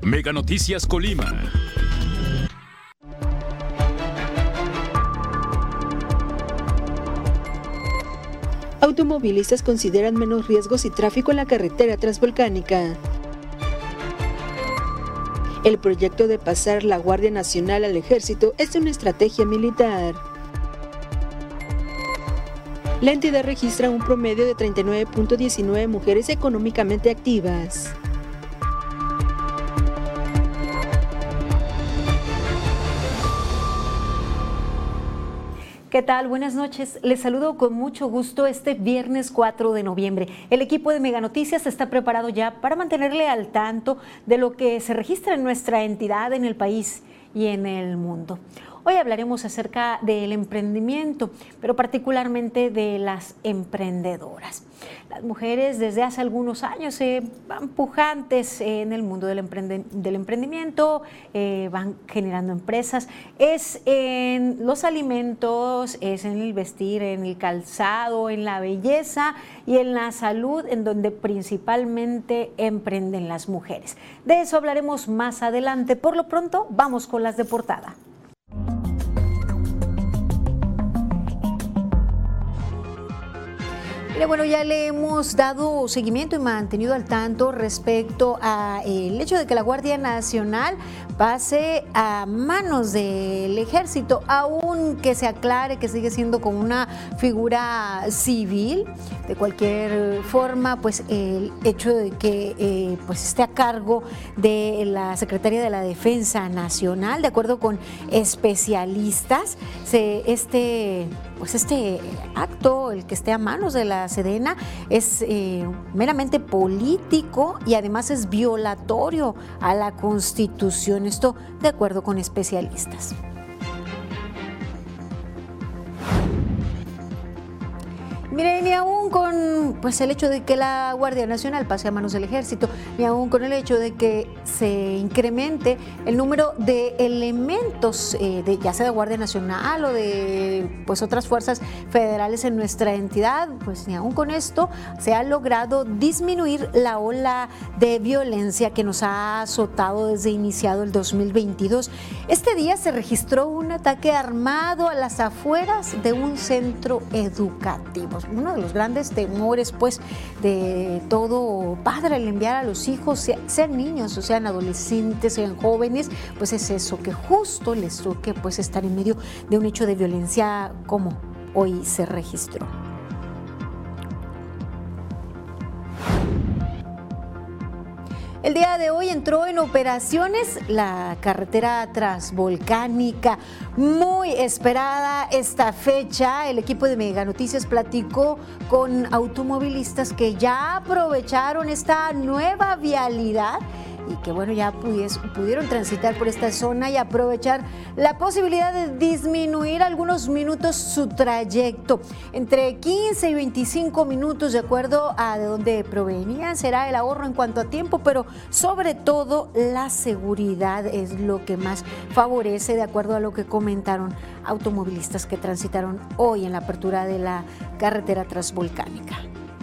Mega Noticias Colima. Automovilistas consideran menos riesgos y tráfico en la carretera transvolcánica. El proyecto de pasar la Guardia Nacional al Ejército es una estrategia militar. La entidad registra un promedio de 39.19 mujeres económicamente activas. ¿Qué tal? Buenas noches. Les saludo con mucho gusto este viernes 4 de noviembre. El equipo de Mega Noticias está preparado ya para mantenerle al tanto de lo que se registra en nuestra entidad, en el país y en el mundo. Hoy hablaremos acerca del emprendimiento, pero particularmente de las emprendedoras. Las mujeres desde hace algunos años van pujantes en el mundo del emprendimiento, van generando empresas. Es en los alimentos, es en el vestir, en el calzado, en la belleza y en la salud, en donde principalmente emprenden las mujeres. De eso hablaremos más adelante. Por lo pronto, vamos con las de portada. Mire, bueno, ya le hemos dado seguimiento y mantenido al tanto respecto a el hecho de que la Guardia Nacional pase a manos del Ejército, aunque se aclare que sigue siendo como una figura civil. De cualquier forma, pues el hecho de que pues esté a cargo de la Secretaría de la Defensa Nacional, de acuerdo con especialistas, este acto, el que esté a manos de la Sedena, es meramente político y además es violatorio a la Constitución. Esto de acuerdo con especialistas. Miren, ni aún con pues, el hecho de que la Guardia Nacional pase a manos del Ejército, ni aún con el hecho de que se incremente el número de elementos, ya sea de Guardia Nacional o de pues, otras fuerzas federales en nuestra entidad, pues ni aún con esto se ha logrado disminuir la ola de violencia que nos ha azotado desde iniciado el 2022. Este día se registró un ataque armado a las afueras de un centro educativo. Uno de los grandes temores pues de todo padre al enviar a los hijos, sean niños o sean adolescentes, sean jóvenes, pues es eso, que justo les toque pues estar en medio de un hecho de violencia como hoy se registró. El día de hoy entró en operaciones la carretera transvolcánica, muy esperada esta fecha. El equipo de Mega Noticias platicó con automovilistas que ya aprovecharon esta nueva vialidad y que bueno, ya pudieron transitar por esta zona y aprovechar la posibilidad de disminuir algunos minutos su trayecto. Entre 15 y 25 minutos, de acuerdo a de dónde provenían, será el ahorro en cuanto a tiempo, pero sobre todo la seguridad es lo que más favorece, de acuerdo a lo que comentaron automovilistas que transitaron hoy en la apertura de la carretera transvolcánica.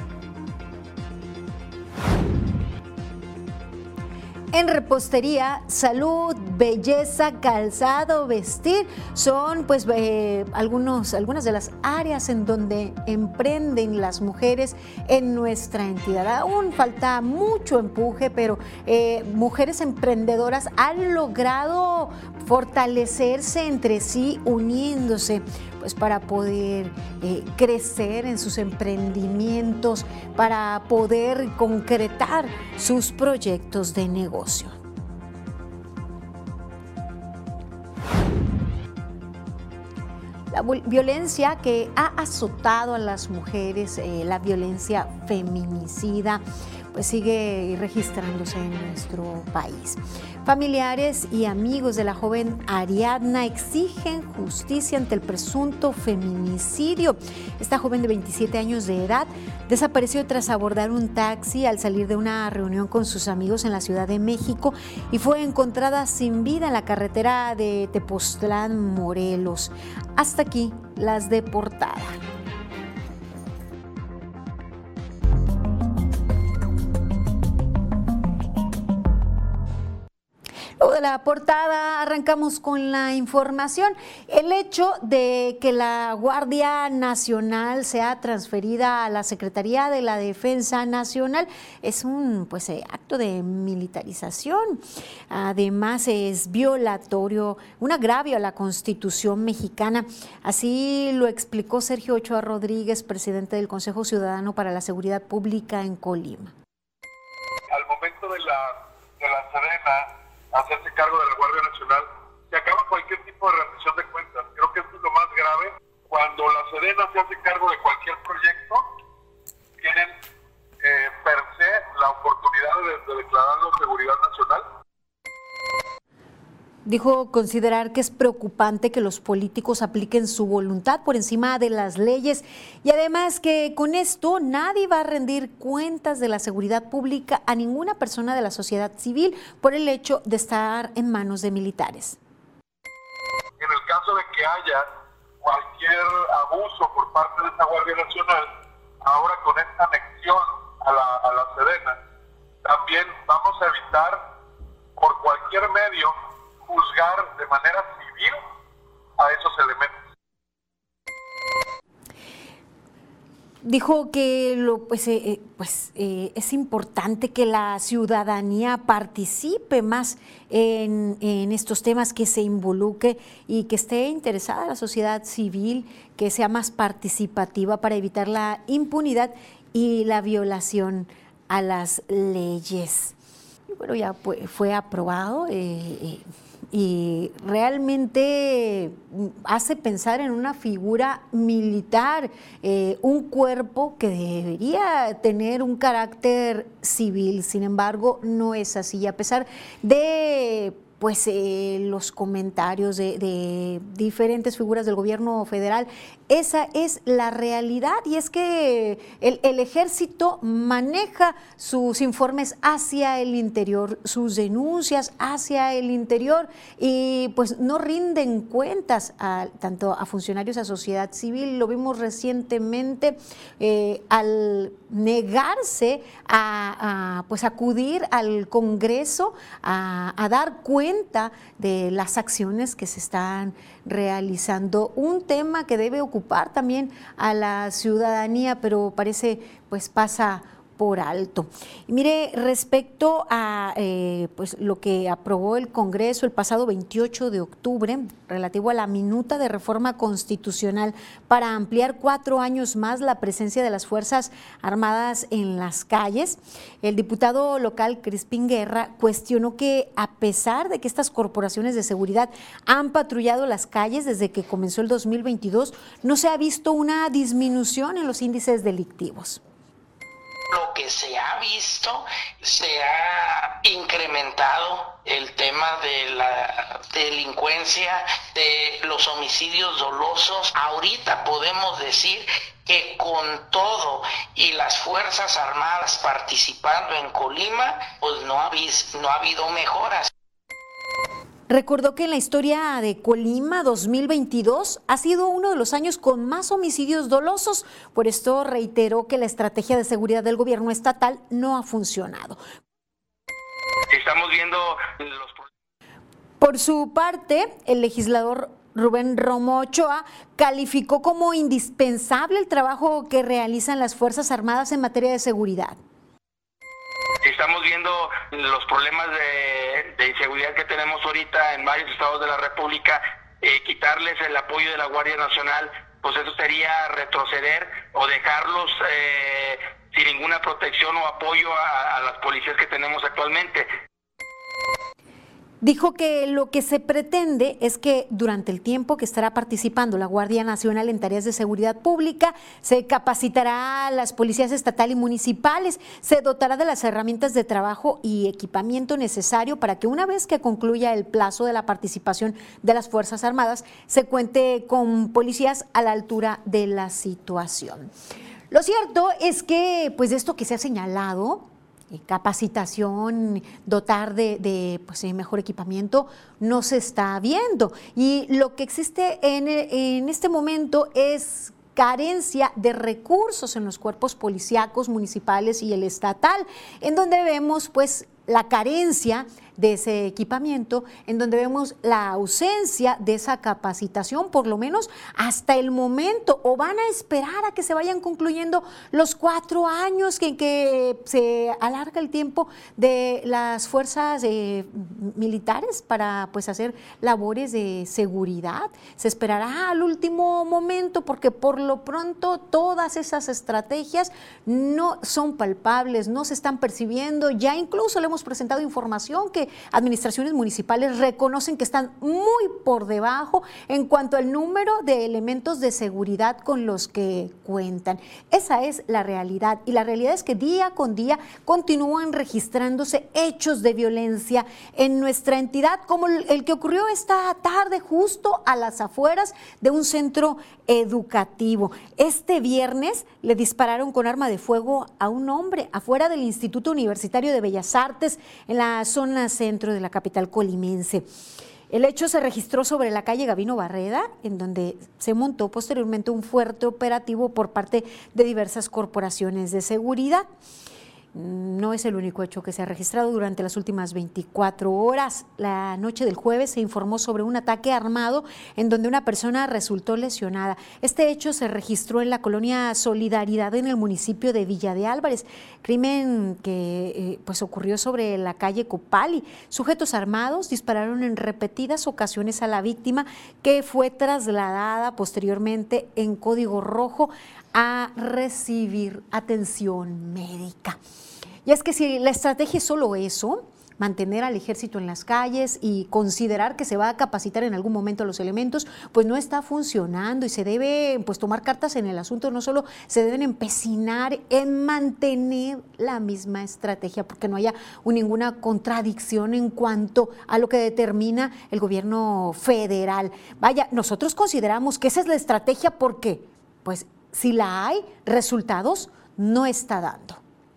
En repostería, salud, belleza, calzado, vestir, son pues algunas de las áreas en donde emprenden las mujeres en nuestra entidad. Aún falta mucho empuje, pero mujeres emprendedoras han logrado fortalecerse entre sí, uniéndose pues para poder crecer en sus emprendimientos, para poder concretar sus proyectos de negocio. La violencia que ha azotado a las mujeres, la violencia feminicida, pues sigue registrándose en nuestro país. Familiares y amigos de la joven Ariadna exigen justicia ante el presunto feminicidio. Esta joven de 27 años de edad desapareció tras abordar un taxi al salir de una reunión con sus amigos en la Ciudad de México y fue encontrada sin vida en la carretera de Tepoztlán, Morelos. Hasta aquí las de portada. la portada, arrancamos con la información. El hecho de que la Guardia Nacional sea transferida a la Secretaría de la Defensa Nacional es un acto de militarización. Además es violatorio, un agravio a la Constitución mexicana. Así lo explicó Sergio Ochoa Rodríguez, presidente del Consejo Ciudadano para la Seguridad Pública en Colima. Al momento de la Sedena hacerse cargo de la Guardia Nacional, se acaba cualquier tipo de rendición de cuentas. Creo que esto es lo más grave. Cuando la Sedena se hace cargo de cualquier proyecto, tienen per se la oportunidad de declararlo seguridad nacional. Dijo considerar que es preocupante que los políticos apliquen su voluntad por encima de las leyes y además que con esto nadie va a rendir cuentas de la seguridad pública a ninguna persona de la sociedad civil por el hecho de estar en manos de militares. En el caso de que haya cualquier abuso por parte de esta Guardia Nacional, ahora con esta anexión a la Sedena, también vamos a evitar por cualquier medio juzgar de manera civil a esos elementos. Dijo que es importante que la ciudadanía participe más en estos temas, que se involucre y que esté interesada la sociedad civil, que sea más participativa para evitar la impunidad y la violación a las leyes. Y bueno, ya fue aprobado. Y realmente hace pensar en una figura militar, un cuerpo que debería tener un carácter civil. Sin embargo, no es así. Y a pesar de los comentarios de diferentes figuras del gobierno federal, esa es la realidad, y es que el ejército maneja sus informes hacia el interior, sus denuncias hacia el interior, y pues no rinden cuentas tanto a funcionarios, a sociedad civil. Lo vimos recientemente al negarse a acudir al Congreso a dar cuenta de las acciones que se están realizando. Un tema que debe ocupar también a la ciudadanía, pero parece pasa por alto. Y mire, respecto a lo que aprobó el Congreso el pasado 28 de octubre, relativo a la minuta de reforma constitucional para ampliar 4 años más la presencia de las Fuerzas Armadas en las calles, el diputado local Crispín Guerra cuestionó que a pesar de que estas corporaciones de seguridad han patrullado las calles desde que comenzó el 2022, no se ha visto una disminución en los índices delictivos. Lo que se ha visto, se ha incrementado el tema de la delincuencia, de los homicidios dolosos. Ahorita podemos decir que con todo y las Fuerzas Armadas participando en Colima, pues no ha habido mejoras. Recordó que en la historia de Colima 2022 ha sido uno de los años con más homicidios dolosos. Por esto reiteró que la estrategia de seguridad del gobierno estatal no ha funcionado. Estamos viendo Por su parte, el legislador Rubén Romo Ochoa calificó como indispensable el trabajo que realizan las Fuerzas Armadas en materia de seguridad. Estamos viendo los problemas de inseguridad que tenemos ahorita en varios estados de la República. Quitarles el apoyo de la Guardia Nacional, pues eso sería retroceder o dejarlos sin ninguna protección o apoyo a las policías que tenemos actualmente. Dijo que lo que se pretende es que durante el tiempo que estará participando la Guardia Nacional en tareas de seguridad pública, se capacitará a las policías estatal y municipales, se dotará de las herramientas de trabajo y equipamiento necesario para que una vez que concluya el plazo de la participación de las Fuerzas Armadas, se cuente con policías a la altura de la situación. Lo cierto es que, de esto que se ha señalado, capacitación, dotar de mejor equipamiento, no se está viendo. Y lo que existe en este momento es carencia de recursos en los cuerpos policíacos municipales y el estatal, en donde vemos la carencia de ese equipamiento, en donde vemos la ausencia de esa capacitación, por lo menos hasta el momento, o van a esperar a que se vayan concluyendo los 4 años en que se alarga el tiempo de las fuerzas militares para pues hacer labores de seguridad. Se esperará al último momento, porque por lo pronto todas esas estrategias no son palpables, no se están percibiendo. Ya incluso le hemos presentado información que administraciones municipales reconocen que están muy por debajo en cuanto al número de elementos de seguridad con los que cuentan. Esa es la realidad, y la realidad es que día con día continúan registrándose hechos de violencia en nuestra entidad, como el que ocurrió esta tarde justo a las afueras de un centro educativo. Este viernes le dispararon con arma de fuego a un hombre afuera del Instituto Universitario de Bellas Artes en la zona centro de la capital colimense. El hecho se registró sobre la calle Gavino Barreda, en donde se montó posteriormente un fuerte operativo por parte de diversas corporaciones de seguridad. No es el único hecho que se ha registrado durante las últimas 24 horas. La noche del jueves se informó sobre un ataque armado en donde una persona resultó lesionada. Este hecho se registró en la colonia Solidaridad en el municipio de Villa de Álvarez, crimen que pues ocurrió sobre la calle Copali. Sujetos armados dispararon en repetidas ocasiones a la víctima, que fue trasladada posteriormente en código rojo a recibir atención médica. Y es que si la estrategia es solo eso, mantener al ejército en las calles y considerar que se va a capacitar en algún momento a los elementos, pues no está funcionando, y se debe pues tomar cartas en el asunto. No solo se deben empecinar en mantener la misma estrategia, porque no haya ninguna contradicción en cuanto a lo que determina el gobierno federal. Vaya, nosotros consideramos que esa es la estrategia porque, pues, si la hay, resultados no está dando.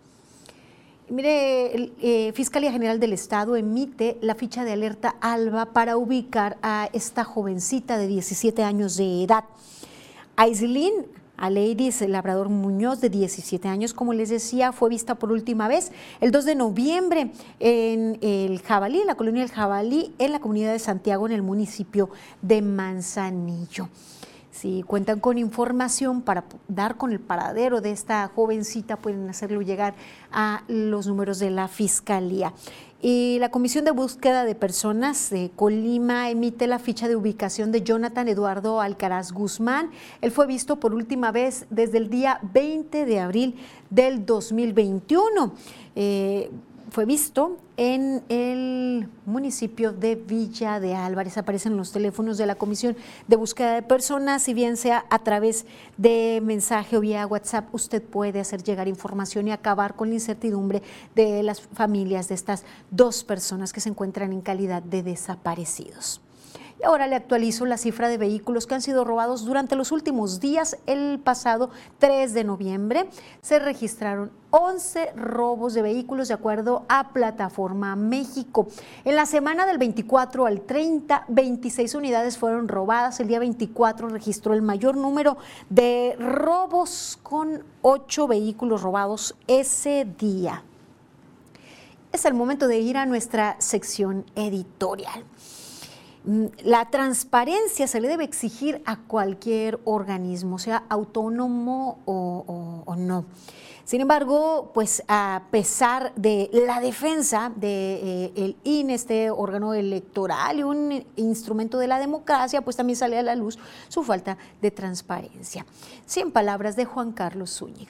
Mire, Fiscalía General del Estado emite la ficha de alerta ALBA para ubicar a esta jovencita de 17 años de edad. Aislinn Aleiris Labrador Muñoz, de 17 años, como les decía, fue vista por última vez el 2 de noviembre en el Jabalí, en la colonia El Jabalí, en la comunidad de Santiago, en el municipio de Manzanillo. Si cuentan con información para dar con el paradero de esta jovencita, pueden hacerlo llegar a los números de la Fiscalía. Y la Comisión de Búsqueda de Personas de Colima emite la ficha de ubicación de Jonathan Eduardo Alcaraz Guzmán. Él fue visto por última vez desde el día 20 de abril del 2021. Fue visto en el municipio de Villa de Álvarez. Aparecen los teléfonos de la Comisión de Búsqueda de Personas, si bien sea a través de mensaje o vía WhatsApp, usted puede hacer llegar información y acabar con la incertidumbre de las familias de estas 2 personas que se encuentran en calidad de desaparecidos. Y ahora le actualizo la cifra de vehículos que han sido robados durante los últimos días. El pasado 3 de noviembre se registraron 11 robos de vehículos de acuerdo a Plataforma México. En la semana del 24 al 30, 26 unidades fueron robadas. El día 24 registró el mayor número de robos, con 8 vehículos robados ese día. Es el momento de ir a nuestra sección editorial. La transparencia se le debe exigir a cualquier organismo, sea autónomo o no. Sin embargo, pues a pesar de la defensa del INE, este órgano electoral y un instrumento de la democracia, pues también sale a la luz su falta de transparencia. 100 palabras de Juan Carlos Zúñiga.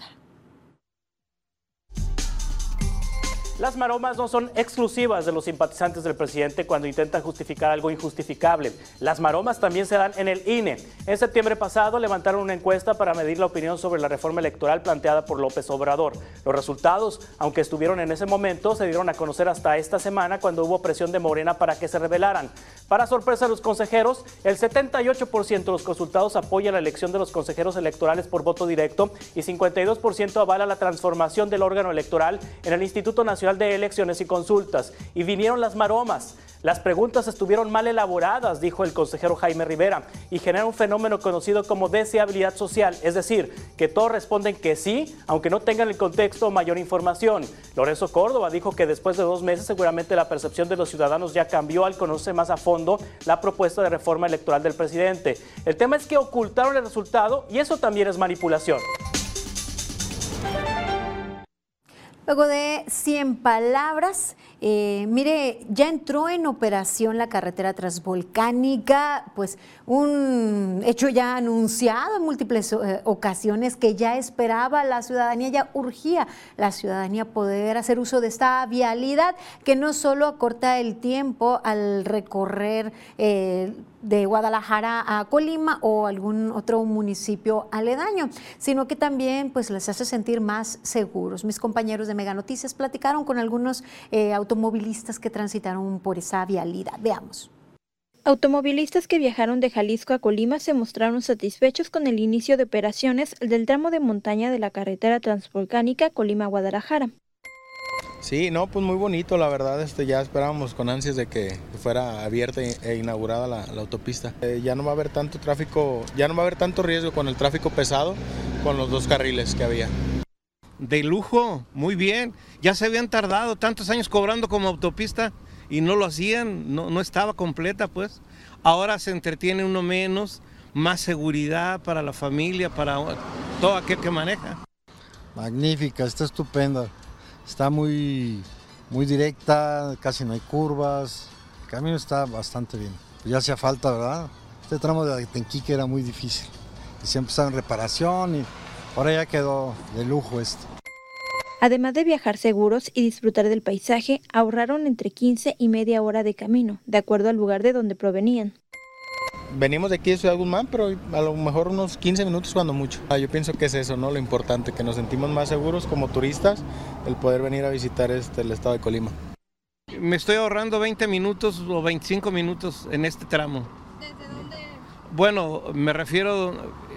Las maromas no son exclusivas de los simpatizantes del presidente cuando intentan justificar algo injustificable. Las maromas también se dan en el INE. En septiembre pasado levantaron una encuesta para medir la opinión sobre la reforma electoral planteada por López Obrador. Los resultados, aunque estuvieron en ese momento, se dieron a conocer hasta esta semana, cuando hubo presión de Morena para que se rebelaran. Para sorpresa de los consejeros, el 78% de los consultados apoya la elección de los consejeros electorales por voto directo y 52% avala la transformación del órgano electoral en el Instituto Nacional Nacional de Elecciones y Consultas y vinieron las maromas. Las preguntas estuvieron mal elaboradas, dijo el consejero Jaime Rivera, y genera un fenómeno conocido como deseabilidad social, es decir, que todos responden que sí, aunque no tengan el contexto o mayor información. Lorenzo Córdoba dijo que después de 2 meses seguramente la percepción de los ciudadanos ya cambió al conocer más a fondo la propuesta de reforma electoral del presidente. El tema es que ocultaron el resultado y eso también es manipulación. Luego de 100 palabras, mire, ya entró en operación la carretera transvolcánica, pues un hecho ya anunciado en múltiples ocasiones que ya esperaba la ciudadanía, ya urgía la ciudadanía poder hacer uso de esta vialidad que no solo acorta el tiempo al recorrer de Guadalajara a Colima o algún otro municipio aledaño, sino que también pues les hace sentir más seguros. Mis compañeros de Mega Noticias platicaron con algunos automovilistas que transitaron por esa vialidad. Veamos. Automovilistas que viajaron de Jalisco a Colima se mostraron satisfechos con el inicio de operaciones del tramo de montaña de la carretera transvolcánica Colima-Guadalajara. Sí, no, pues muy bonito, la verdad, ya esperábamos con ansias de que fuera abierta e inaugurada la autopista. Ya no va a haber tanto tráfico, ya no va a haber tanto riesgo con el tráfico pesado, con los 2 carriles que había. De lujo, muy bien, ya se habían tardado tantos años cobrando como autopista y no lo hacían, no estaba completa pues. Ahora se entretiene uno menos, más seguridad para la familia, para todo aquel que maneja. Magnífica, está estupenda. Está muy directa, casi no hay curvas, el camino está bastante bien. Ya hacía falta, ¿verdad? Este tramo de Atenquique era muy difícil y siempre estaba en reparación y ahora ya quedó de lujo esto. Además de viajar seguros y disfrutar del paisaje, ahorraron entre 15 y media hora de camino, de acuerdo al lugar de donde provenían. Venimos de aquí de Ciudad Guzmán, pero a lo mejor unos 15 minutos cuando mucho. Yo pienso que es eso, ¿no? Lo importante, que nos sentimos más seguros como turistas, el poder venir a visitar el estado de Colima. Me estoy ahorrando 20 minutos o 25 minutos en este tramo. ¿Desde dónde? Bueno, me refiero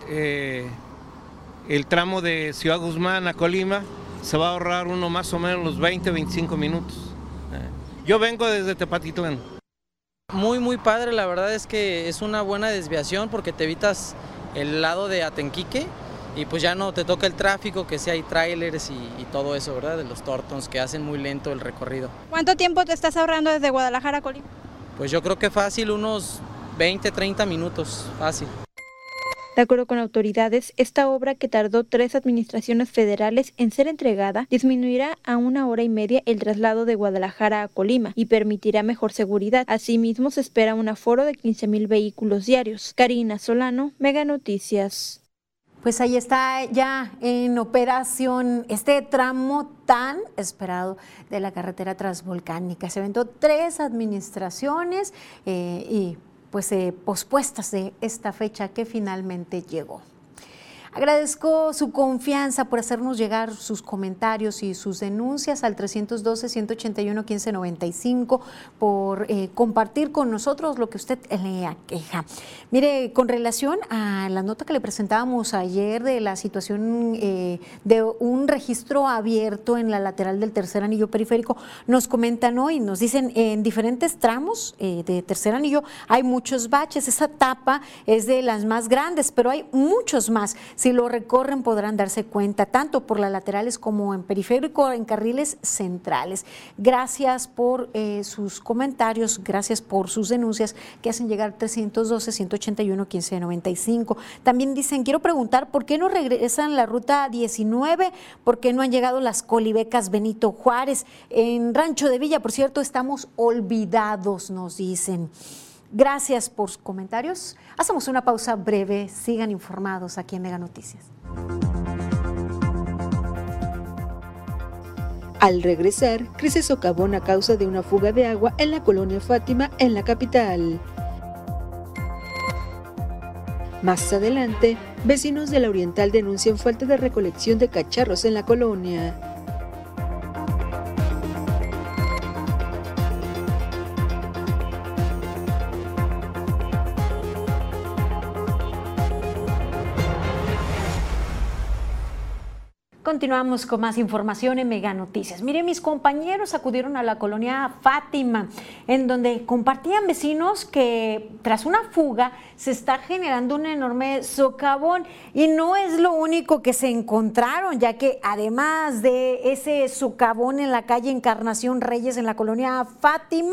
el tramo de Ciudad Guzmán a Colima, se va a ahorrar uno más o menos los 20-25 minutos. Yo vengo desde Tepatitlán. Muy padre, la verdad es que es una buena desviación porque te evitas el lado de Atenquique y pues ya no te toca el tráfico, que sí hay tráilers y todo eso, ¿verdad? De los Tortons que hacen muy lento el recorrido. ¿Cuánto tiempo te estás ahorrando desde Guadalajara a Colima? Pues yo creo que fácil, unos 20-30 minutos, fácil. De acuerdo con autoridades, esta obra, que tardó 3 administraciones federales en ser entregada, disminuirá a 1 hora y media el traslado de Guadalajara a Colima y permitirá mejor seguridad. Asimismo, se espera un aforo de 15,000 vehículos diarios. Karina Solano, Mega Noticias. Pues ahí está ya en operación este tramo tan esperado de la carretera transvolcánica. Se aventó 3 administraciones y pues pospuestas de esta fecha que finalmente llegó. Agradezco su confianza por hacernos llegar sus comentarios y sus denuncias al 312-181-1595, por compartir con nosotros lo que usted le aqueja. Mire, con relación a la nota que le presentábamos ayer de la situación de un registro abierto en la lateral del tercer anillo periférico, nos comentan hoy, nos dicen en diferentes tramos de tercer anillo hay muchos baches. Esa tapa es de las más grandes, pero hay muchos más. Si lo recorren podrán darse cuenta, tanto por las laterales como en periférico, en carriles centrales. Gracias por sus comentarios, gracias por sus denuncias que hacen llegar 312-181-1595. También dicen, quiero preguntar, ¿por qué no regresan la ruta 19? ¿Por qué no han llegado las colibecas Benito Juárez? En Rancho de Villa, por cierto, estamos olvidados, nos dicen. Gracias por sus comentarios. Hacemos una pausa breve. Sigan informados aquí en Mega Noticias. Al regresar, crece socavón a causa de una fuga de agua en la colonia Fátima, en la capital. Más adelante, vecinos de la Oriental denuncian falta de recolección de cacharros en la colonia. Continuamos con más información en Mega Noticias. Mire, mis compañeros acudieron a la colonia Fátima, en donde compartían vecinos que tras una fuga se está generando un enorme socavón, y no es lo único que se encontraron, ya que además de ese socavón en la calle Encarnación Reyes en la colonia Fátima,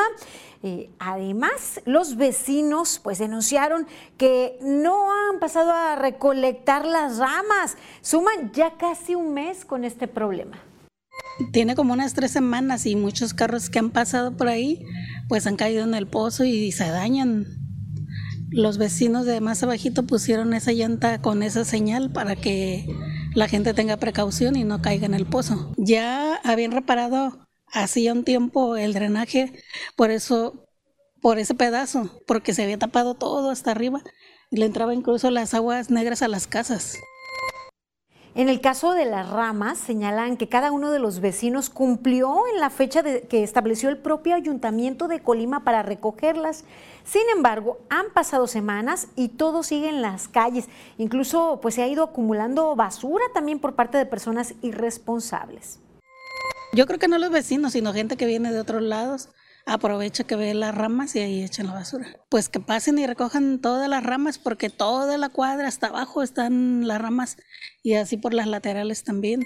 además los vecinos pues denunciaron que no han pasado a recolectar las ramas. Suman ya casi un mes con este problema. Tiene como unas 3 semanas y muchos carros que han pasado por ahí pues han caído en el pozo y se dañan. Los vecinos de más abajito pusieron esa llanta con esa señal para que la gente tenga precaución y no caiga en el pozo. Ya habían reparado hacía un tiempo el drenaje, por ese pedazo, porque se había tapado todo hasta arriba y le entraba incluso las aguas negras a las casas. En el caso de las ramas, señalan que cada uno de los vecinos cumplió en la fecha que estableció el propio Ayuntamiento de Colima para recogerlas. Sin embargo, han pasado semanas y todo sigue en las calles. Incluso pues se ha ido acumulando basura también por parte de personas irresponsables. Yo creo que no los vecinos, sino gente que viene de otros lados, aprovecha que ve las ramas y ahí echan la basura. Pues que pasen y recojan todas las ramas, porque toda la cuadra hasta abajo están las ramas y así por las laterales también.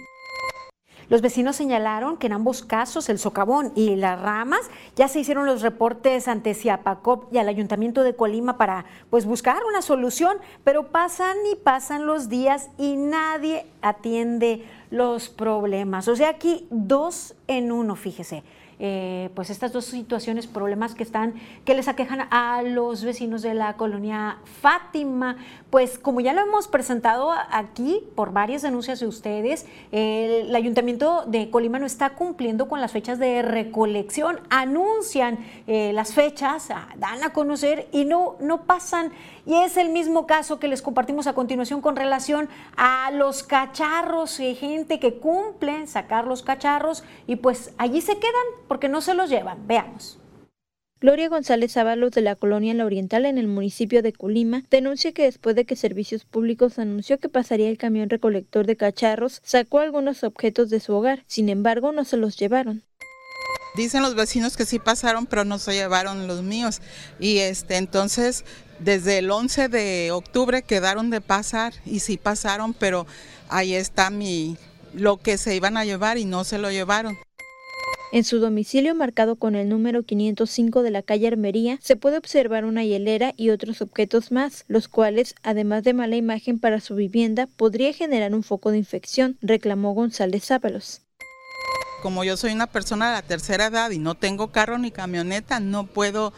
Los vecinos señalaron que en ambos casos, el socavón y las ramas, ya se hicieron los reportes ante Ciapacop y al Ayuntamiento de Colima para pues buscar una solución, pero pasan y pasan los días y nadie atiende los problemas. O sea, aquí 2 en 1, fíjese. Pues estas dos situaciones, problemas que les aquejan a los vecinos de la colonia Fátima. Pues como ya lo hemos presentado aquí por varias denuncias de ustedes, el Ayuntamiento de Colima no está cumpliendo con las fechas de recolección. Anuncian las fechas, dan a conocer y no pasan. Y es el mismo caso que les compartimos a continuación con relación a los cacharros, gente que cumple sacar los cacharros y pues allí se quedan porque no se los llevan. Veamos. Gloria González Ábalos, de la colonia La Oriental en el municipio de Colima, denuncia que después de que Servicios Públicos anunció que pasaría el camión recolector de cacharros, sacó algunos objetos de su hogar. Sin embargo, no se los llevaron. Dicen los vecinos que sí pasaron, pero no se llevaron los míos. Y entonces, desde el 11 de octubre quedaron de pasar y sí pasaron, pero ahí está lo que se iban a llevar y no se lo llevaron. En su domicilio, marcado con el número 505 de la calle Armería, se puede observar una hielera y otros objetos más, los cuales, además de mala imagen para su vivienda, podría generar un foco de infección, reclamó González Ábalos. Como yo soy una persona de la tercera edad y no tengo carro ni camioneta, no puedo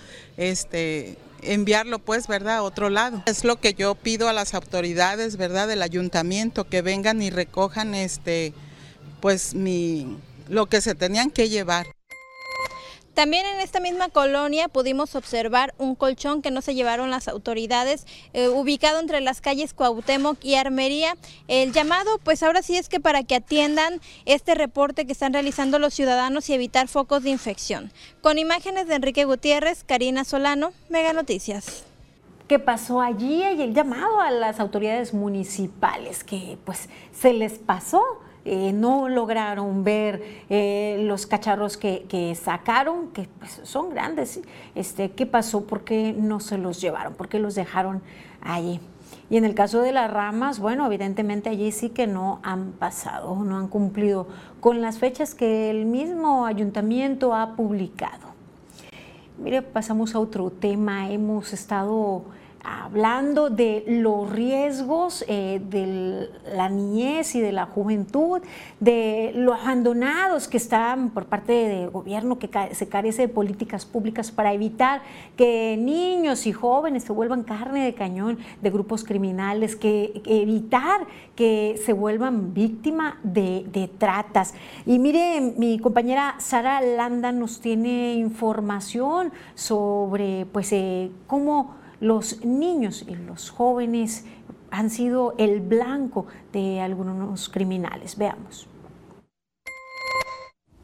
enviarlo pues, ¿verdad?, a otro lado. Es lo que yo pido a las autoridades, ¿verdad?, del ayuntamiento, que vengan y recojan pues lo que se tenían que llevar. También en esta misma colonia pudimos observar un colchón que no se llevaron las autoridades, ubicado entre las calles Cuauhtémoc y Armería. El llamado, pues ahora sí es que para que atiendan este reporte que están realizando los ciudadanos y evitar focos de infección. Con imágenes de Enrique Gutiérrez, Karina Solano, Mega Noticias. ¿Qué pasó allí? Y el llamado a las autoridades municipales, que pues se les pasó. No lograron ver los cacharros que sacaron, que pues, son grandes. ¿Qué pasó? ¿Por qué no se los llevaron? ¿Por qué los dejaron allí? Y en el caso de las ramas, bueno, evidentemente allí sí que no han pasado, no han cumplido con las fechas que el mismo ayuntamiento ha publicado. Mire, pasamos a otro tema. Hemos estado hablando de los riesgos de la niñez y de la juventud, de los abandonados que están por parte del gobierno, que se carece de políticas públicas para evitar que niños y jóvenes se vuelvan carne de cañón de grupos criminales, que evitar que se vuelvan víctima de tratas. Y mire, mi compañera Sara Landa nos tiene información sobre pues cómo los niños y los jóvenes han sido el blanco de algunos criminales. Veamos.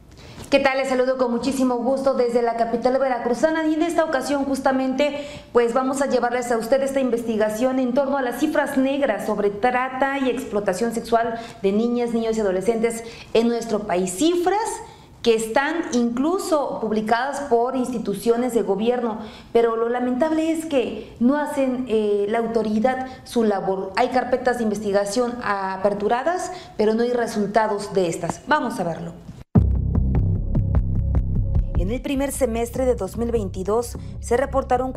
¿Qué tal? Les saludo con muchísimo gusto desde la capital veracruzana y en esta ocasión justamente pues vamos a llevarles a usted esta investigación en torno a las cifras negras sobre trata y explotación sexual de niñas, niños y adolescentes en nuestro país. Cifras que están incluso publicadas por instituciones de gobierno, pero lo lamentable es que no hacen la autoridad su labor. Hay carpetas de investigación aperturadas, pero no hay resultados de estas. Vamos a verlo. En el primer semestre de 2022 se reportaron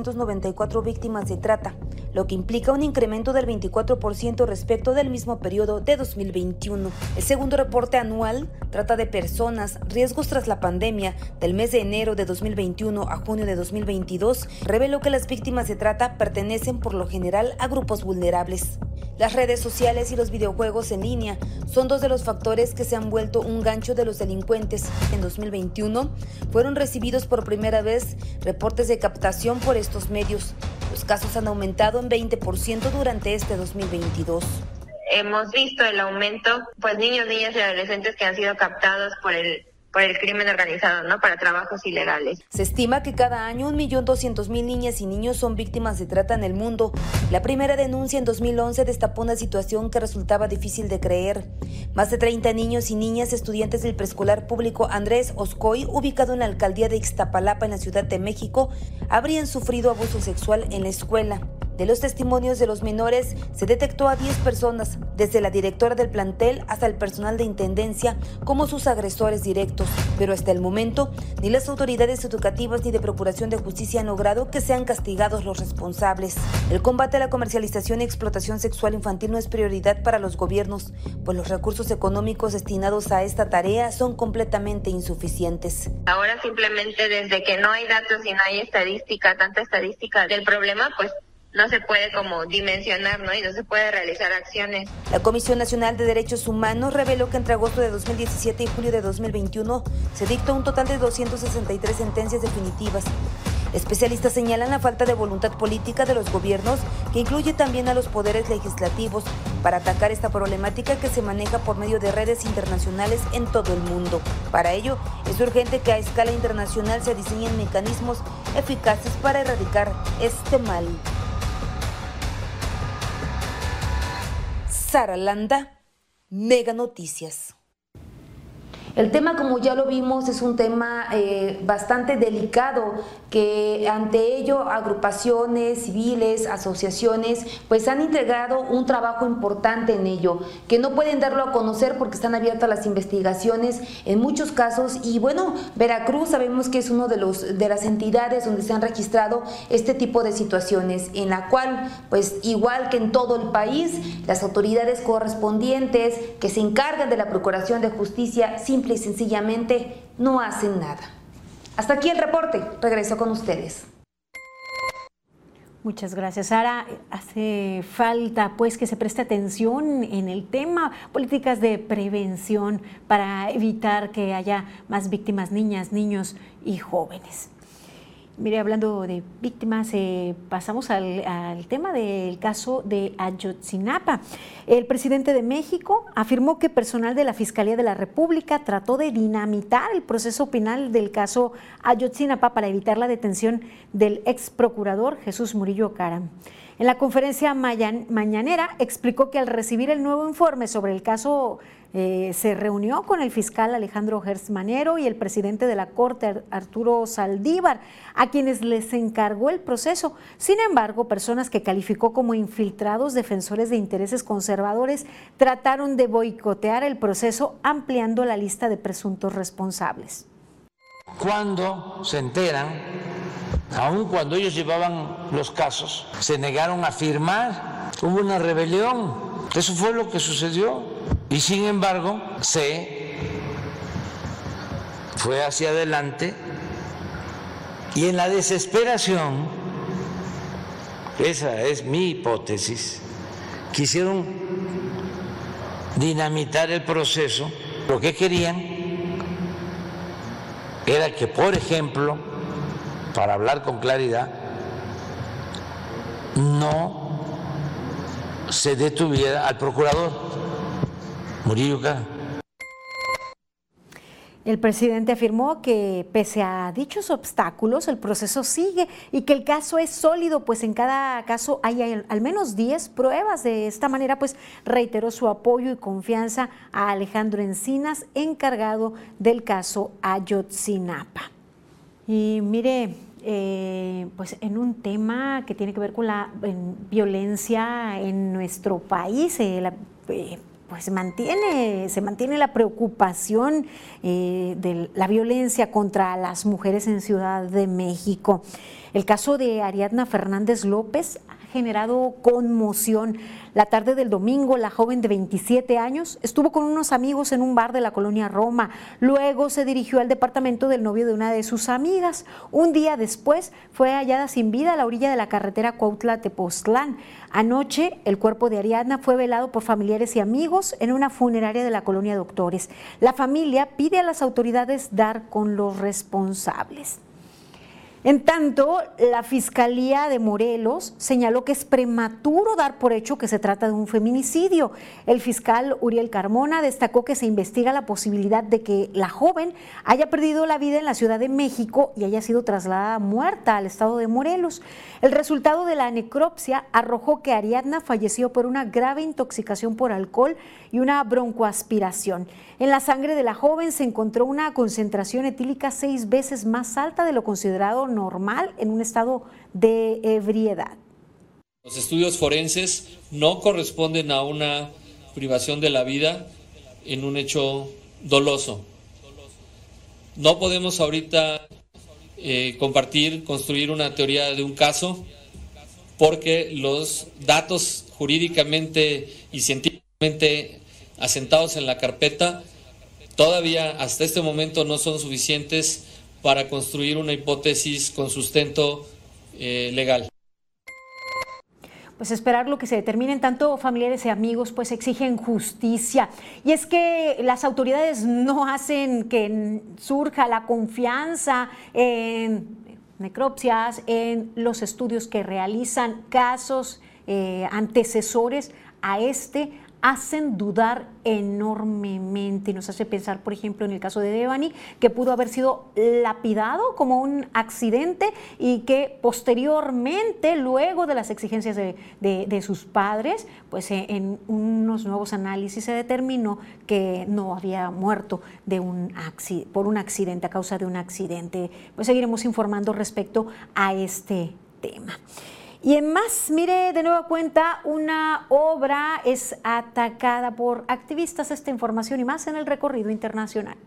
494 víctimas de trata, lo que implica un incremento del 24% respecto del mismo periodo de 2021. El segundo reporte anual, Trata de Personas, Riesgos tras la Pandemia, del mes de enero de 2021 a junio de 2022, reveló que las víctimas de trata pertenecen por lo general a grupos vulnerables. Las redes sociales y los videojuegos en línea son dos de los factores que se han vuelto un gancho de los delincuentes. En 2021 fueron recibidos por primera vez reportes de captación por estos medios. Los casos han aumentado en 20% durante este 2022. Hemos visto el aumento, pues niños, niñas y adolescentes que han sido captados por el crimen organizado, ¿no? Para trabajos ilegales. Se estima que cada año 1.200.000 niñas y niños son víctimas de trata en el mundo. La primera denuncia en 2011 destapó una situación que resultaba difícil de creer. Más de 30 niños y niñas estudiantes del preescolar público Andrés Oscoy, ubicado en la alcaldía de Ixtapalapa, en la Ciudad de México, habrían sufrido abuso sexual en la escuela. De los testimonios de los menores, se detectó a 10 personas, desde la directora del plantel hasta el personal de intendencia, como sus agresores directos. Pero hasta el momento, ni las autoridades educativas ni de procuración de justicia han logrado que sean castigados los responsables. El combate a la comercialización y explotación sexual infantil no es prioridad para los gobiernos, pues los recursos económicos destinados a esta tarea son completamente insuficientes. Ahora simplemente desde que no hay datos y no hay tanta estadística del problema, pues no se puede como dimensionar, ¿no? Y no se puede realizar acciones. La Comisión Nacional de Derechos Humanos reveló que entre agosto de 2017 y julio de 2021 se dictó un total de 263 sentencias definitivas. Especialistas señalan la falta de voluntad política de los gobiernos, que incluye también a los poderes legislativos, para atacar esta problemática que se maneja por medio de redes internacionales en todo el mundo. Para ello, es urgente que a escala internacional se diseñen mecanismos eficaces para erradicar este mal. Sara Landa, Mega Noticias. El tema, como ya lo vimos, es un tema bastante delicado, que ante ello agrupaciones civiles, asociaciones, pues han integrado un trabajo importante en ello, que no pueden darlo a conocer porque están abiertas las investigaciones en muchos casos. Y bueno, Veracruz sabemos que es uno de las entidades donde se han registrado este tipo de situaciones, en la cual, pues igual que en todo el país, las autoridades correspondientes que se encargan de la Procuración de Justicia simple y sencillamente no hacen nada. Hasta aquí el reporte, regreso con ustedes. Muchas gracias, Sara. Hace falta pues que se preste atención en el tema, políticas de prevención para evitar que haya más víctimas, niñas, niños y jóvenes. Mire, hablando de víctimas, pasamos al tema del caso de Ayotzinapa. El presidente de México afirmó que personal de la Fiscalía de la República trató de dinamitar el proceso penal del caso Ayotzinapa para evitar la detención del ex procurador Jesús Murillo Caram. En la conferencia mañanera explicó que al recibir el nuevo informe sobre el caso se reunió con el fiscal Alejandro Gertz Manero y el presidente de la Corte, Arturo Saldívar, a quienes les encargó el proceso. Sin embargo, personas que calificó como infiltrados defensores de intereses conservadores trataron de boicotear el proceso, ampliando la lista de presuntos responsables. Cuando se enteran, aun cuando ellos llevaban los casos, se negaron a firmar, hubo una rebelión, eso fue lo que sucedió. Y sin embargo, se fue hacia adelante y en la desesperación, esa es mi hipótesis, quisieron dinamitar el proceso. Lo que querían era que, por ejemplo, para hablar con claridad, no se detuviera al procurador Murillo Caram. El presidente afirmó que pese a dichos obstáculos, el proceso sigue y que el caso es sólido, pues en cada caso hay al menos 10 pruebas. De esta manera, pues reiteró su apoyo y confianza a Alejandro Encinas, encargado del caso Ayotzinapa. Y mire, pues en un tema que tiene que ver con la violencia en nuestro país, pues se mantiene la preocupación de la violencia contra las mujeres en Ciudad de México. El caso de Ariadna Fernández López ha generado conmoción. La tarde del domingo, la joven de 27 años estuvo con unos amigos en un bar de la colonia Roma. Luego se dirigió al departamento del novio de una de sus amigas. Un día después fue hallada sin vida a la orilla de la carretera Cuautla-Tepoztlán. Anoche, el cuerpo de Ariadna fue velado por familiares y amigos en una funeraria de la colonia Doctores. La familia pide a las autoridades dar con los responsables. En tanto, la Fiscalía de Morelos señaló que es prematuro dar por hecho que se trata de un feminicidio. El fiscal Uriel Carmona destacó que se investiga la posibilidad de que la joven haya perdido la vida en la Ciudad de México y haya sido trasladada muerta al estado de Morelos. El resultado de la necropsia arrojó que Ariadna falleció por una grave intoxicación por alcohol y una broncoaspiración. En la sangre de la joven se encontró una concentración etílica 6 veces más alta de lo considerado normal en un estado de ebriedad. Los estudios forenses no corresponden a una privación de la vida en un hecho doloso. No podemos ahorita construir una teoría de un caso, porque los datos jurídicamente y científicamente asentados en la carpeta todavía hasta este momento no son suficientes para construir una hipótesis con sustento legal. Pues esperar lo que se determinen. Tanto familiares y amigos pues exigen justicia. Y es que las autoridades no hacen que surja la confianza en necropsias, en los estudios que realizan casos antecesores a este. Hacen dudar enormemente. Nos hace pensar, por ejemplo, en el caso de Devani, que pudo haber sido lapidado como un accidente y que posteriormente, luego de las exigencias de sus padres, pues en unos nuevos análisis se determinó que no había muerto por un accidente, a causa de un accidente. Pues seguiremos informando respecto a este tema. Y en más, mire, de nueva cuenta, una obra es atacada por activistas. Esta información y más en el recorrido internacional.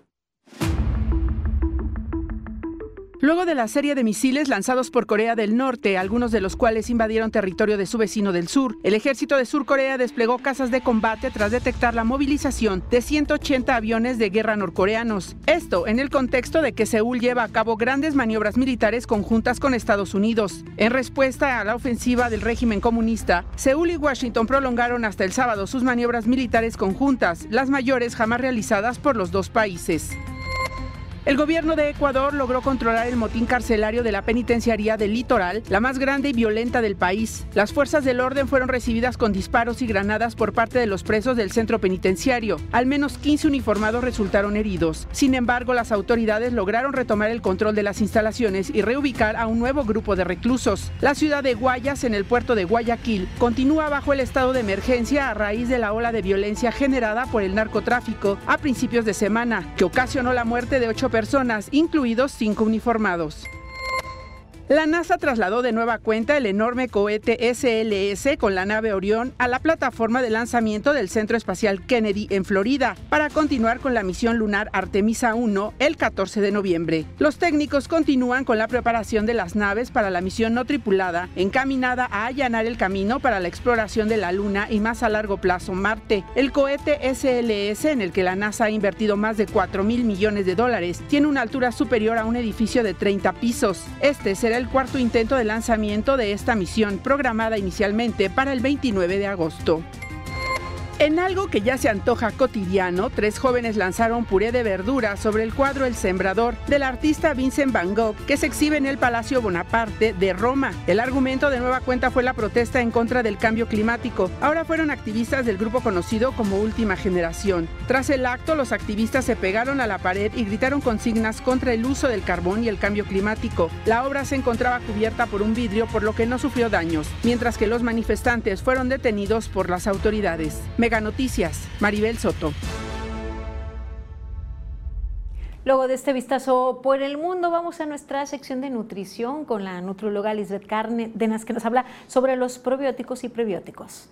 Luego de la serie de misiles lanzados por Corea del Norte, algunos de los cuales invadieron territorio de su vecino del sur, el ejército de Sur Corea desplegó casas de combate tras detectar la movilización de 180 aviones de guerra norcoreanos. Esto en el contexto de que Seúl lleva a cabo grandes maniobras militares conjuntas con Estados Unidos. En respuesta a la ofensiva del régimen comunista, Seúl y Washington prolongaron hasta el sábado sus maniobras militares conjuntas, las mayores jamás realizadas por los dos países. El gobierno de Ecuador logró controlar el motín carcelario de la penitenciaría del Litoral, la más grande y violenta del país. Las fuerzas del orden fueron recibidas con disparos y granadas por parte de los presos del centro penitenciario. Al menos 15 uniformados resultaron heridos. Sin embargo, las autoridades lograron retomar el control de las instalaciones y reubicar a un nuevo grupo de reclusos. La ciudad de Guayas, en el puerto de Guayaquil, continúa bajo el estado de emergencia a raíz de la ola de violencia generada por el narcotráfico a principios de semana, que ocasionó la muerte de 8 personas, incluidos 5 uniformados. La NASA trasladó de nueva cuenta el enorme cohete SLS con la nave Orión a la plataforma de lanzamiento del Centro Espacial Kennedy en Florida para continuar con la misión lunar Artemisa 1 el 14 de noviembre. Los técnicos continúan con la preparación de las naves para la misión no tripulada, encaminada a allanar el camino para la exploración de la Luna y más a largo plazo Marte. El cohete SLS, en el que la NASA ha invertido más de $4,000 millones, tiene una altura superior a un edificio de 30 pisos. Este será el cuarto intento de lanzamiento de esta misión, programada inicialmente para el 29 de agosto. En algo que ya se antoja cotidiano, 3 jóvenes lanzaron puré de verdura sobre el cuadro El Sembrador del artista Vincent Van Gogh, que se exhibe en el Palacio Bonaparte de Roma. El argumento de nueva cuenta fue la protesta en contra del cambio climático. Ahora fueron activistas del grupo conocido como Última Generación. Tras el acto, los activistas se pegaron a la pared y gritaron consignas contra el uso del carbón y el cambio climático. La obra se encontraba cubierta por un vidrio, por lo que no sufrió daños, mientras que los manifestantes fueron detenidos por las autoridades. Mega Noticias, Maribel Soto. Luego de este vistazo por el mundo, vamos a nuestra sección de nutrición con la nutrióloga Lisbeth Cárdenas, que nos habla sobre los probióticos y prebióticos.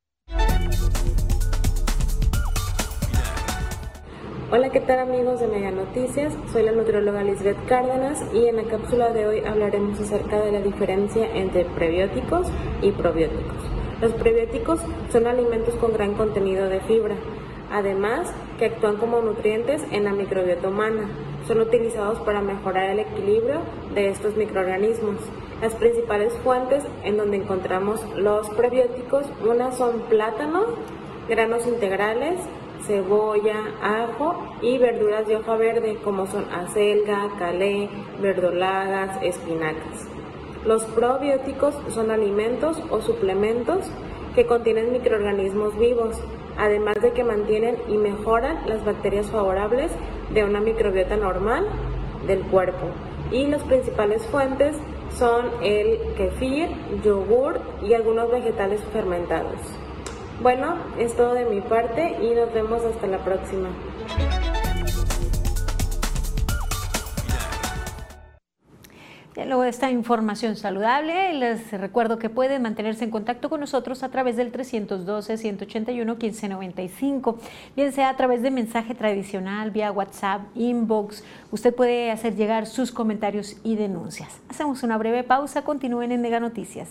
Hola, ¿qué tal amigos de Mega Noticias? Soy la nutrióloga Lisbeth Cárdenas y en la cápsula de hoy hablaremos acerca de la diferencia entre prebióticos y probióticos. Los prebióticos son alimentos con gran contenido de fibra, además que actúan como nutrientes en la microbiota humana. Son utilizados para mejorar el equilibrio de estos microorganismos. Las principales fuentes en donde encontramos los prebióticos, unas son plátano, granos integrales, cebolla, ajo y verduras de hoja verde como son acelga, calé, verdolagas, espinacas. Los probióticos son alimentos o suplementos que contienen microorganismos vivos, además de que mantienen y mejoran las bacterias favorables de una microbiota normal del cuerpo. Y las principales fuentes son el kefir, yogur y algunos vegetales fermentados. Bueno, es todo de mi parte y nos vemos hasta la próxima. Ya luego de esta información saludable, les recuerdo que pueden mantenerse en contacto con nosotros a través del 312-181-1595, bien sea a través de mensaje tradicional, vía WhatsApp, inbox. Usted puede hacer llegar sus comentarios y denuncias. Hacemos una breve pausa, continúen en Mega Noticias.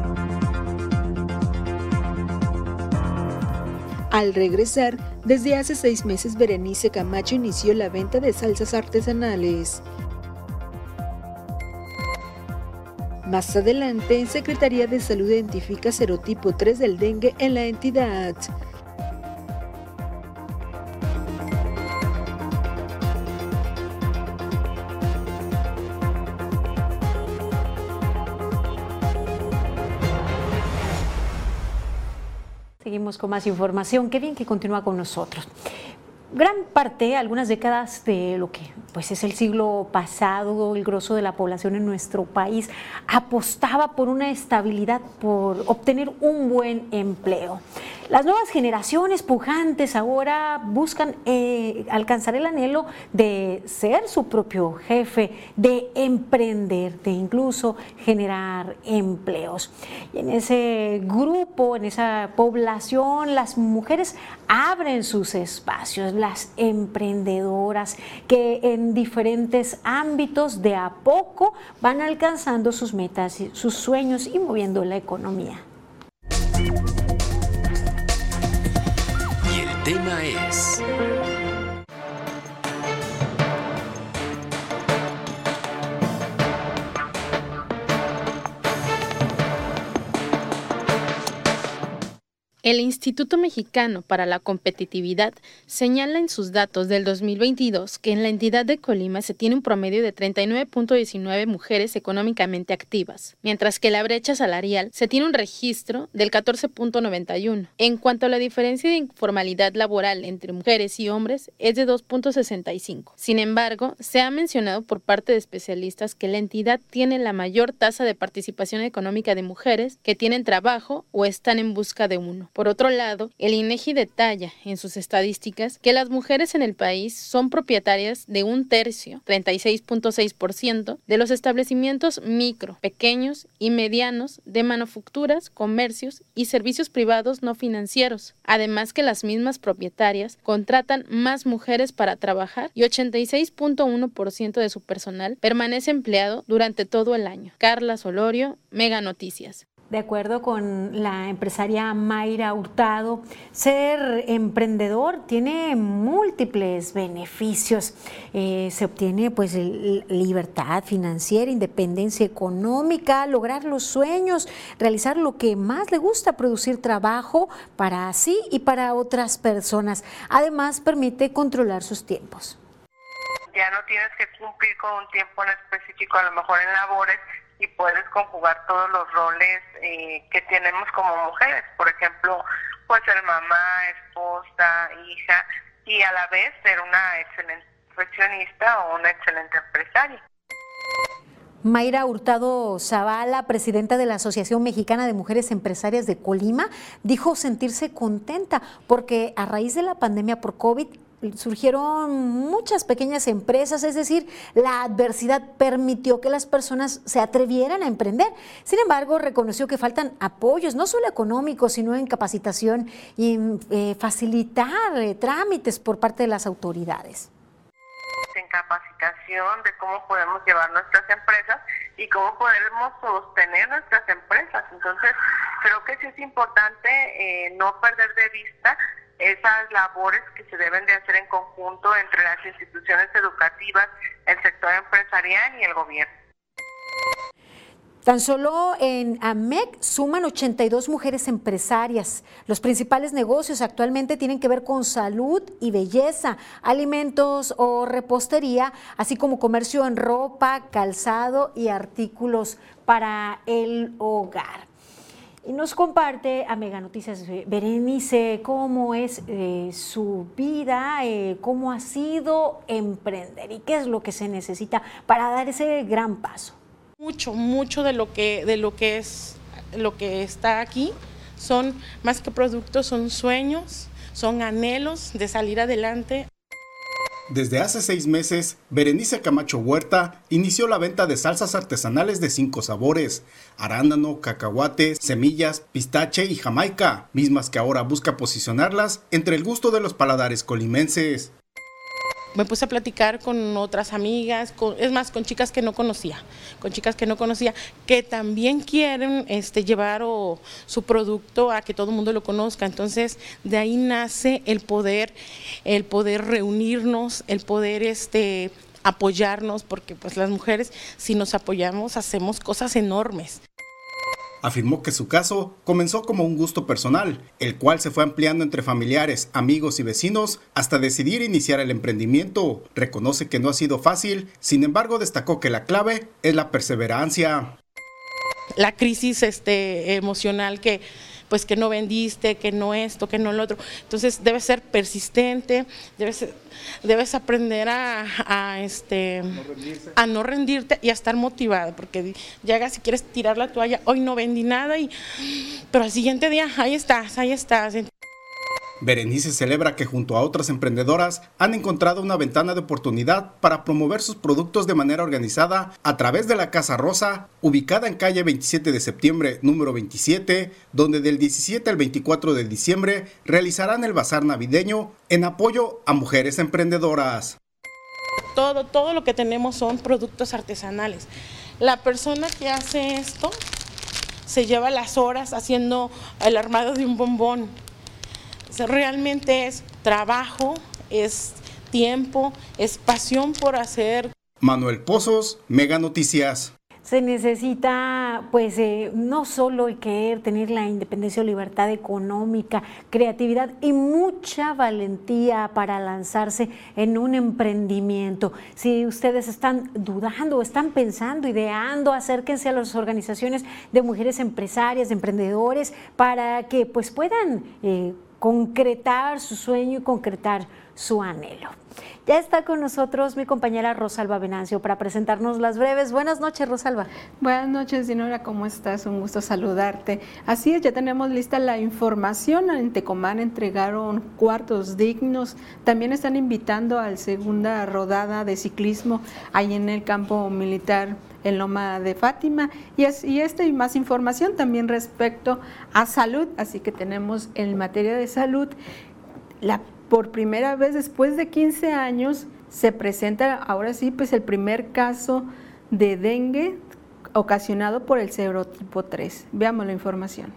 Al regresar, desde hace 6 meses Berenice Camacho inició la venta de salsas artesanales. Más adelante, Secretaría de Salud identifica serotipo 3 del dengue en la entidad. Seguimos con más información. Qué bien que continúa con nosotros. Gran parte, algunas décadas de lo que pues es el siglo pasado, el grosso de la población en nuestro país apostaba por una estabilidad, por obtener un buen empleo. Las nuevas generaciones pujantes ahora buscan alcanzar el anhelo de ser su propio jefe, de emprender, de incluso generar empleos. Y en ese grupo, en esa población, las mujeres abren sus espacios, las emprendedoras que en diferentes ámbitos de a poco van alcanzando sus metas, sus sueños y moviendo la economía. Y el tema es... El Instituto Mexicano para la Competitividad señala en sus datos del 2022 que en la entidad de Colima se tiene un promedio de 39.19 mujeres económicamente activas, mientras que la brecha salarial se tiene un registro del 14.91. En cuanto a la diferencia de informalidad laboral entre mujeres y hombres, es de 2.65. Sin embargo, se ha mencionado por parte de especialistas que la entidad tiene la mayor tasa de participación económica de mujeres que tienen trabajo o están en busca de uno. Por otro lado, el INEGI detalla en sus estadísticas que las mujeres en el país son propietarias de 1/3, 36.6%, de los establecimientos micro, pequeños y medianos de manufacturas, comercios y servicios privados no financieros. Además que las mismas propietarias contratan más mujeres para trabajar y 86.1% de su personal permanece empleado durante todo el año. Carla Solorio, Mega Noticias. De acuerdo con la empresaria Mayra Hurtado, ser emprendedor tiene múltiples beneficios. Se obtiene pues libertad financiera, independencia económica, lograr los sueños, realizar lo que más le gusta, producir trabajo para sí y para otras personas. Además, permite controlar sus tiempos. Ya no tienes que cumplir con un tiempo en específico, a lo mejor en labores, y puedes conjugar todos los roles que tenemos como mujeres. Por ejemplo, pues ser mamá, esposa, hija, y a la vez ser una excelente profesionista o una excelente empresaria. Mayra Hurtado Zavala, presidenta de la Asociación Mexicana de Mujeres Empresarias de Colima, dijo sentirse contenta porque a raíz de la pandemia por COVID surgieron muchas pequeñas empresas, es decir, la adversidad permitió que las personas se atrevieran a emprender. Sin embargo, reconoció que faltan apoyos, no solo económicos, sino en capacitación y en facilitar trámites por parte de las autoridades. En capacitación de cómo podemos llevar nuestras empresas y cómo podemos sostener nuestras empresas. Entonces, creo que sí es importante no perder de vista esas labores que se deben de hacer en conjunto entre las instituciones educativas, el sector empresarial y el gobierno. Tan solo en AMEC suman 82 mujeres empresarias. Los principales negocios actualmente tienen que ver con salud y belleza, alimentos o repostería, así como comercio en ropa, calzado y artículos para el hogar. Y nos comparte a Mega Noticias Berenice cómo es su vida, cómo ha sido emprender y qué es lo que se necesita para dar ese gran paso. Mucho de lo que está aquí son más que productos, son sueños, son anhelos de salir adelante. Desde hace 6 meses, Berenice Camacho Huerta inició la venta de salsas artesanales de 5 sabores: arándano, cacahuate, semillas, pistache y jamaica, mismas que ahora busca posicionarlas entre el gusto de los paladares colimenses. Me puse a platicar con otras amigas, con chicas que no conocía, que también quieren llevar su producto a que todo el mundo lo conozca. Entonces, de ahí nace el poder reunirnos, el poder apoyarnos, porque pues las mujeres, si nos apoyamos, hacemos cosas enormes. Afirmó que su caso comenzó como un gusto personal, el cual se fue ampliando entre familiares, amigos y vecinos hasta decidir iniciar el emprendimiento. Reconoce que no ha sido fácil, sin embargo destacó que la clave es la perseverancia. La crisis emocional que no vendiste, que no esto, que no lo otro. Entonces debes ser persistente, debes aprender a no rendirte y a estar motivada, porque llegas y quieres tirar la toalla, hoy no vendí nada, pero al siguiente día ahí estás. Berenice celebra que junto a otras emprendedoras han encontrado una ventana de oportunidad para promover sus productos de manera organizada a través de la Casa Rosa, ubicada en calle 27 de septiembre, número 27, donde del 17 al 24 de diciembre realizarán el bazar navideño en apoyo a mujeres emprendedoras. Todo lo que tenemos son productos artesanales. La persona que hace esto se lleva las horas haciendo el armado de un bombón. Realmente es trabajo, es tiempo, es pasión por hacer. Manuel Pozos, Mega Noticias. Se necesita, pues, no solo querer tener la independencia o libertad económica, creatividad y mucha valentía para lanzarse en un emprendimiento. Si ustedes están dudando, están pensando, ideando, acérquense a las organizaciones de mujeres empresarias, de emprendedores, para que pues puedan concretar su sueño y concretar su anhelo. Ya está con nosotros mi compañera Rosalba Venancio para presentarnos las breves. Buenas noches, Rosalba. Buenas noches, Dinora, ¿cómo estás? Un gusto saludarte. Así es, ya tenemos lista la información. En Tecomán entregaron cuartos dignos. También están invitando a la segunda rodada de ciclismo ahí en el campo militar en Loma de Fátima, y más información también respecto a salud. Así que tenemos en materia de salud, por primera vez después de 15 años se presenta ahora sí pues el primer caso de dengue ocasionado por el serotipo 3. Veamos la información.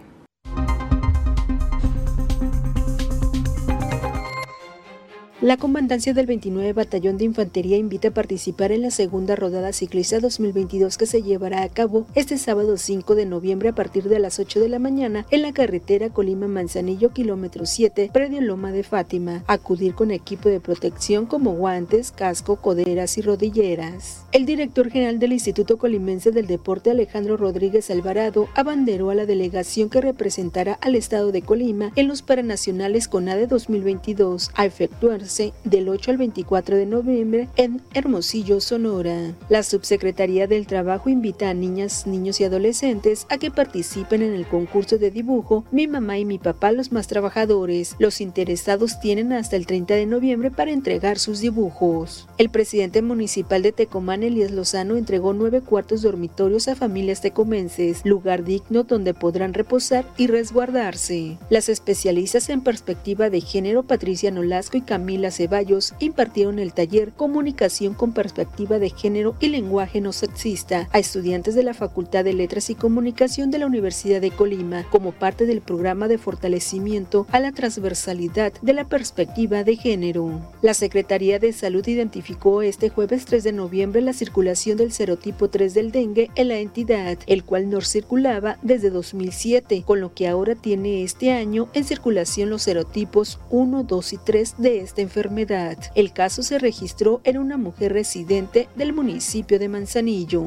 La Comandancia del 29 Batallón de Infantería invita a participar en la segunda rodada ciclista 2022 que se llevará a cabo este sábado 5 de noviembre a partir de las 8 de la mañana en la carretera Colima-Manzanillo, kilómetro 7, predio Loma de Fátima. Acudir con equipo de protección como guantes, casco, coderas y rodilleras. El director general del Instituto Colimense del Deporte, Alejandro Rodríguez Alvarado, abanderó a la delegación que representará al estado de Colima en los Paranacionales CONADE 2022 a efectuarse del 8 al 24 de noviembre en Hermosillo, Sonora. La Subsecretaría del Trabajo invita a niñas, niños y adolescentes a que participen en el concurso de dibujo Mi Mamá y Mi Papá, los más trabajadores. Los interesados tienen hasta el 30 de noviembre para entregar sus dibujos. El presidente municipal de Tecomán, Elías Lozano, entregó 9 cuartos dormitorios a familias tecomenses, lugar digno donde podrán reposar y resguardarse. Las especialistas en perspectiva de género, Patricia Nolasco y Camila Ceballos, impartieron el taller Comunicación con Perspectiva de Género y Lenguaje No Sexista a estudiantes de la Facultad de Letras y Comunicación de la Universidad de Colima, como parte del programa de fortalecimiento a la transversalidad de la perspectiva de género. La Secretaría de Salud identificó este jueves 3 de noviembre la circulación del serotipo 3 del dengue en la entidad, el cual no circulaba desde 2007, con lo que ahora tiene este año en circulación los serotipos 1, 2 y 3 de esta enfermedad. El caso se registró en una mujer residente del municipio de Manzanillo.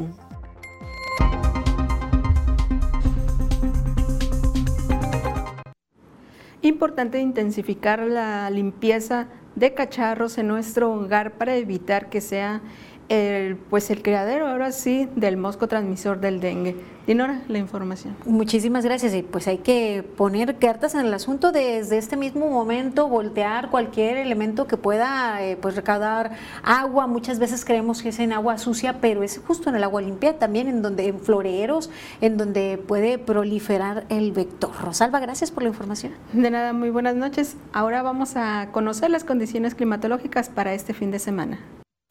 Importante intensificar la limpieza de cacharros en nuestro hogar para evitar que sea el criadero, ahora sí, del mosco transmisor del dengue. Dinora, la información. Muchísimas gracias. Y pues hay que poner cartas en el asunto desde este mismo momento, voltear cualquier elemento que pueda recaudar agua. Muchas veces creemos que es en agua sucia, pero es justo en el agua limpia, también en floreros, en donde puede proliferar el vector. Rosalba, gracias por la información. De nada, muy buenas noches. Ahora vamos a conocer las condiciones climatológicas para este fin de semana.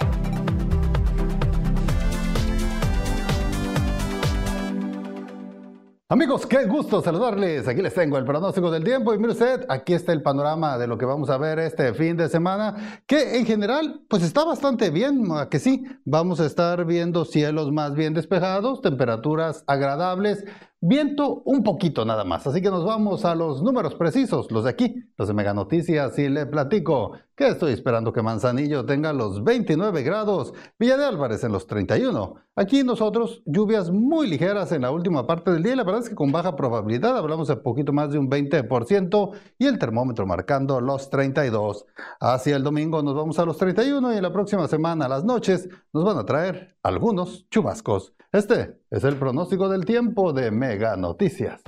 Amigos, qué gusto saludarles. Aquí les tengo el pronóstico del tiempo y mire usted, aquí está el panorama de lo que vamos a ver este fin de semana, que en general pues está bastante bien, ¿a que sí? Vamos a estar viendo cielos más bien despejados, temperaturas agradables, viento un poquito nada más. Así que nos vamos a los números precisos, los de aquí, los de Mega Noticias, y le platico que estoy esperando que Manzanillo tenga los 29 grados, Villa de Álvarez en los 31. Aquí nosotros lluvias muy ligeras en la última parte del día y la verdad es que con baja probabilidad, hablamos de poquito más de un 20% y el termómetro marcando los 32. Hacia el domingo nos vamos a los 31 y en la próxima semana las noches nos van a traer algunos chubascos. Este es el pronóstico del tiempo de Mega Noticias.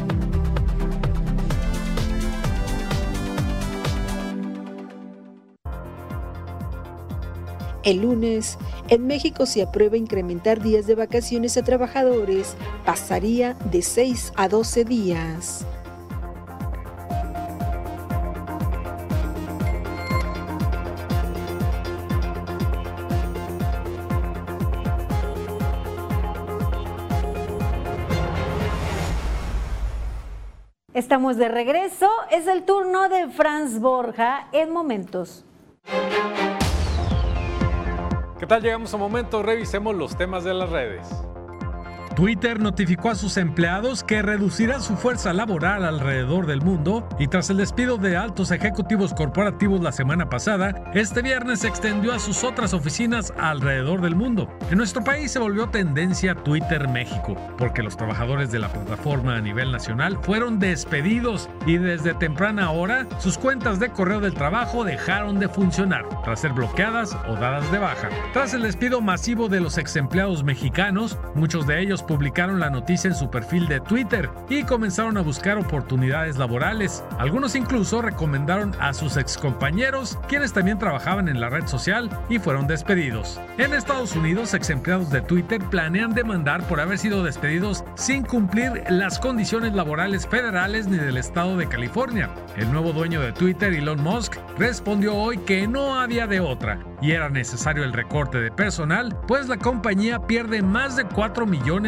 El lunes, en México se aprueba incrementar días de vacaciones a trabajadores. Pasaría de 6 a 12 días. Estamos de regreso. Es el turno de Franz Borja en Momentos. ¿Qué tal? Llegamos a Momentos, revisemos los temas de las redes. Twitter notificó a sus empleados que reducirá su fuerza laboral alrededor del mundo y tras el despido de altos ejecutivos corporativos la semana pasada, este viernes se extendió a sus otras oficinas alrededor del mundo. En nuestro país se volvió tendencia Twitter México, porque los trabajadores de la plataforma a nivel nacional fueron despedidos y desde temprana hora sus cuentas de correo del trabajo dejaron de funcionar, tras ser bloqueadas o dadas de baja. Tras el despido masivo de los exempleados mexicanos, muchos de ellos publicaron la noticia en su perfil de Twitter y comenzaron a buscar oportunidades laborales. Algunos incluso recomendaron a sus excompañeros, quienes también trabajaban en la red social y fueron despedidos. En Estados Unidos, exempleados de Twitter planean demandar por haber sido despedidos sin cumplir las condiciones laborales federales ni del estado de California. El nuevo dueño de Twitter, Elon Musk, respondió hoy que no había de otra y era necesario el recorte de personal, pues la compañía pierde más de $4 millones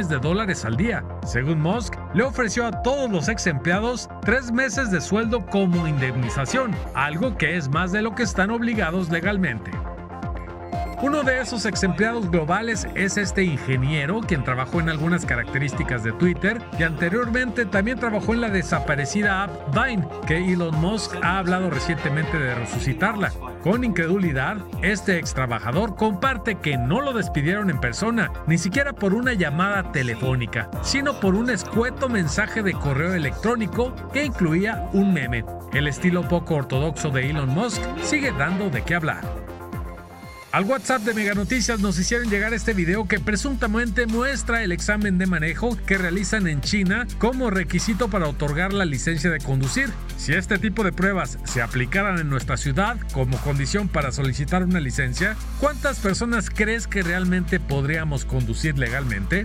millones de dólares al día. Según Musk, le ofreció a todos los ex empleados 3 meses de sueldo como indemnización, algo que es más de lo que están obligados legalmente. Uno de esos ex empleados globales es este ingeniero, quien trabajó en algunas características de Twitter y anteriormente también trabajó en la desaparecida app Vine, que Elon Musk ha hablado recientemente de resucitarla. Con incredulidad, este ex trabajador comparte que no lo despidieron en persona, ni siquiera por una llamada telefónica, sino por un escueto mensaje de correo electrónico que incluía un meme. El estilo poco ortodoxo de Elon Musk sigue dando de qué hablar. Al WhatsApp de Mega Noticias nos hicieron llegar este video que presuntamente muestra el examen de manejo que realizan en China como requisito para otorgar la licencia de conducir. Si este tipo de pruebas se aplicaran en nuestra ciudad como condición para solicitar una licencia, ¿cuántas personas crees que realmente podríamos conducir legalmente?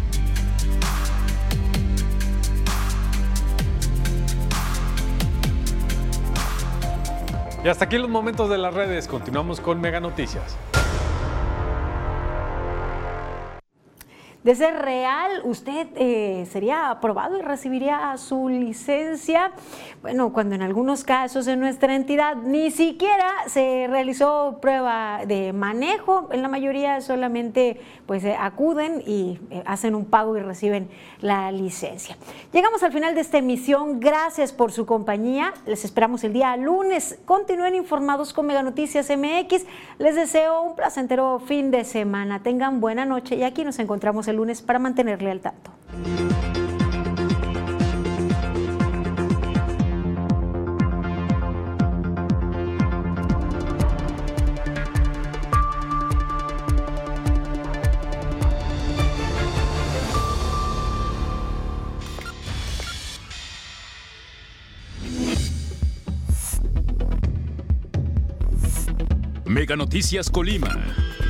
Y hasta aquí los momentos de las redes. Continuamos con Mega Noticias. De ser real, ¿usted sería aprobado y recibiría su licencia? Bueno, cuando en algunos casos en nuestra entidad ni siquiera se realizó prueba de manejo, en la mayoría solamente pues acuden y hacen un pago y reciben la licencia. Llegamos al final de esta emisión. Gracias por su compañía. Les esperamos el día lunes. Continúen informados con Mega Noticias MX. Les deseo un placentero fin de semana. Tengan buena noche y aquí nos encontramos el lunes para mantenerle al tanto. Mega Noticias Colima.